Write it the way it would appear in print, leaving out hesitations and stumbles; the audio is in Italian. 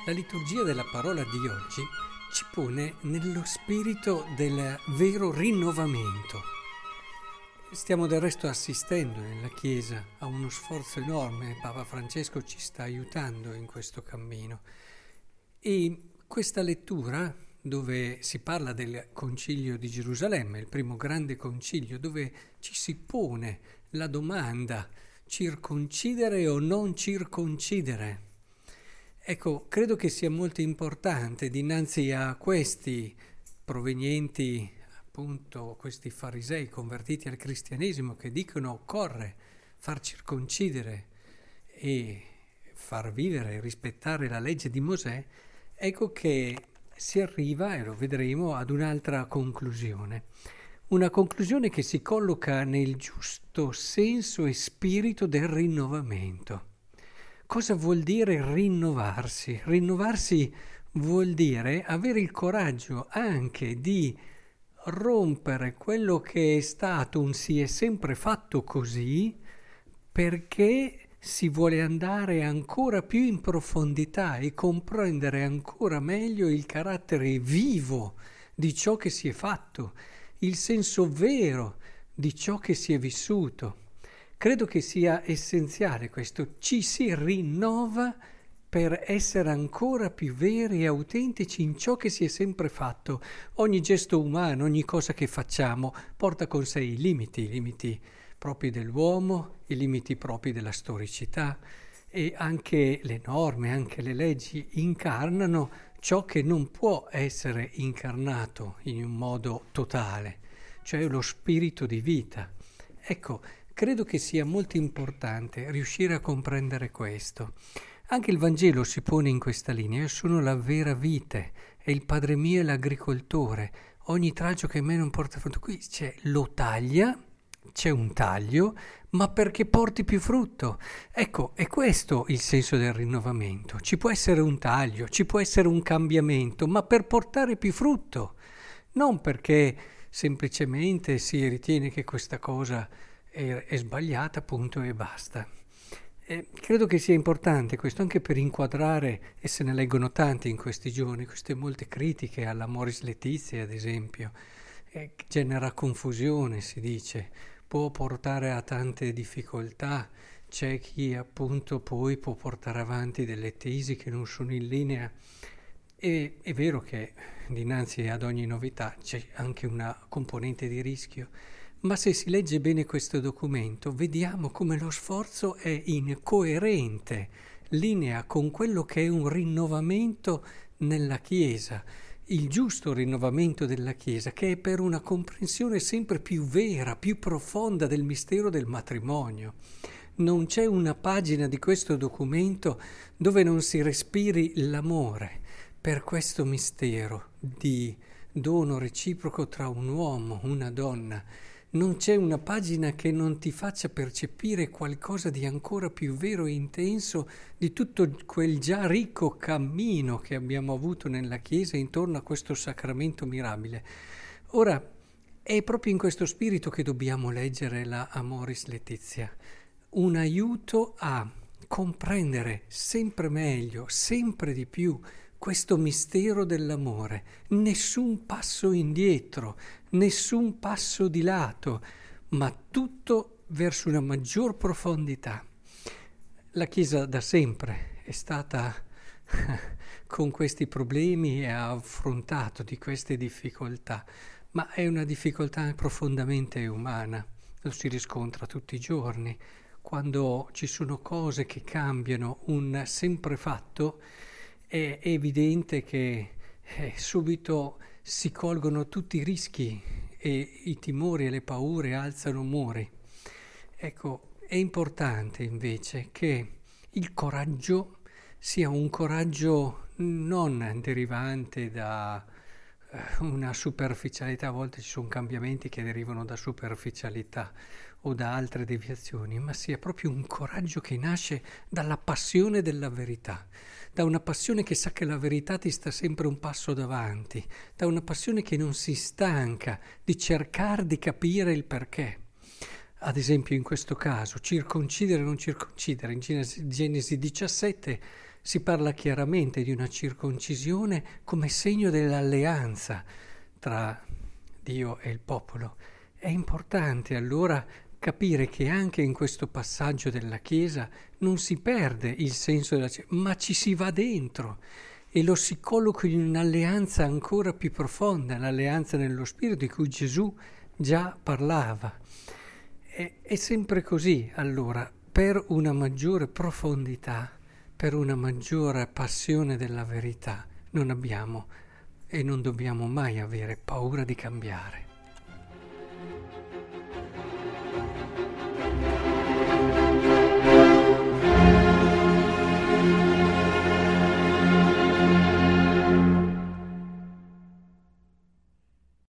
La liturgia della parola di oggi ci pone nello spirito del vero rinnovamento. Stiamo del resto assistendo nella Chiesa a uno sforzo enorme, Papa Francesco ci sta aiutando in questo cammino. E questa lettura, dove si parla del Concilio di Gerusalemme, il primo grande concilio, dove ci si pone la domanda: circoncidere o non circoncidere? Ecco, credo che sia molto importante dinanzi a questi provenienti, appunto, questi farisei convertiti al cristianesimo che dicono occorre far circoncidere e far vivere e rispettare la legge di Mosè, ecco che si arriva, e lo vedremo, ad un'altra conclusione. Una conclusione che si colloca nel giusto senso e spirito del rinnovamento. Cosa vuol dire rinnovarsi? Rinnovarsi vuol dire avere il coraggio anche di rompere quello che è stato un si è sempre fatto così, perché si vuole andare ancora più in profondità e comprendere ancora meglio il carattere vivo di ciò che si è fatto, il senso vero di ciò che si è vissuto. Credo che sia essenziale questo, ci si rinnova per essere ancora più veri e autentici in ciò che si è sempre fatto. Ogni gesto umano, ogni cosa che facciamo porta con sé i limiti propri dell'uomo, i limiti propri della storicità, e anche le norme, anche le leggi incarnano ciò che non può essere incarnato in un modo totale, cioè lo spirito di vita. Ecco, credo che sia molto importante riuscire a comprendere questo. Anche il Vangelo si pone in questa linea: io sono la vera vite e il Padre mio è l'agricoltore. Ogni tralcio che a me non porta frutto, qui lo taglia, c'è un taglio, ma perché porti più frutto. Ecco, è questo il senso del rinnovamento. Ci può essere un taglio, ci può essere un cambiamento, ma per portare più frutto, non perché semplicemente si ritiene che questa cosa è sbagliata, appunto, e basta. Credo che sia importante questo anche per inquadrare, e se ne leggono tanti in questi giorni, queste molte critiche alla Amoris Laetitia, ad esempio, genera confusione, si dice, può portare a tante difficoltà, c'è chi appunto poi può portare avanti delle tesi che non sono in linea. E è vero che dinanzi ad ogni novità c'è anche una componente di rischio, ma se si legge bene questo documento vediamo come lo sforzo è in coerente linea con quello che è un rinnovamento nella Chiesa, il giusto rinnovamento della Chiesa, che è per una comprensione sempre più vera, più profonda del mistero del matrimonio. Non c'è una pagina di questo documento dove non si respiri l'amore per questo mistero di dono reciproco tra un uomo, una donna. Non c'è una pagina che non ti faccia percepire qualcosa di ancora più vero e intenso di tutto quel già ricco cammino che abbiamo avuto nella Chiesa intorno a questo sacramento mirabile. Ora, è proprio in questo spirito che dobbiamo leggere la Amoris Laetitia, un aiuto a comprendere sempre meglio, sempre di più, questo mistero dell'amore. Nessun passo indietro, nessun passo di lato, ma tutto verso una maggior profondità. La Chiesa da sempre è stata con questi problemi e ha affrontato di queste difficoltà, ma è una difficoltà profondamente umana, lo si riscontra tutti i giorni. Quando ci sono cose che cambiano un sempre fatto, è evidente che subito si colgono tutti i rischi e i timori e le paure alzano muri. Ecco, è importante invece che il coraggio sia un coraggio non derivante da una superficialità. A volte ci sono cambiamenti che derivano da superficialità o da altre deviazioni, ma sia proprio un coraggio che nasce dalla passione della verità, da una passione che sa che la verità ti sta sempre un passo davanti, da una passione che non si stanca di cercare di capire il perché. Ad esempio in questo caso, circoncidere o non circoncidere, in Genesi 17 Si parla chiaramente di una circoncisione come segno dell'alleanza tra Dio e il popolo. È importante allora capire che anche in questo passaggio della Chiesa non si perde il senso ma ci si va dentro e lo si colloca in un'alleanza ancora più profonda, l'alleanza nello Spirito di cui Gesù già parlava. È sempre così, allora, per una maggiore profondità, per una maggiore passione della verità, non abbiamo e non dobbiamo mai avere paura di cambiare.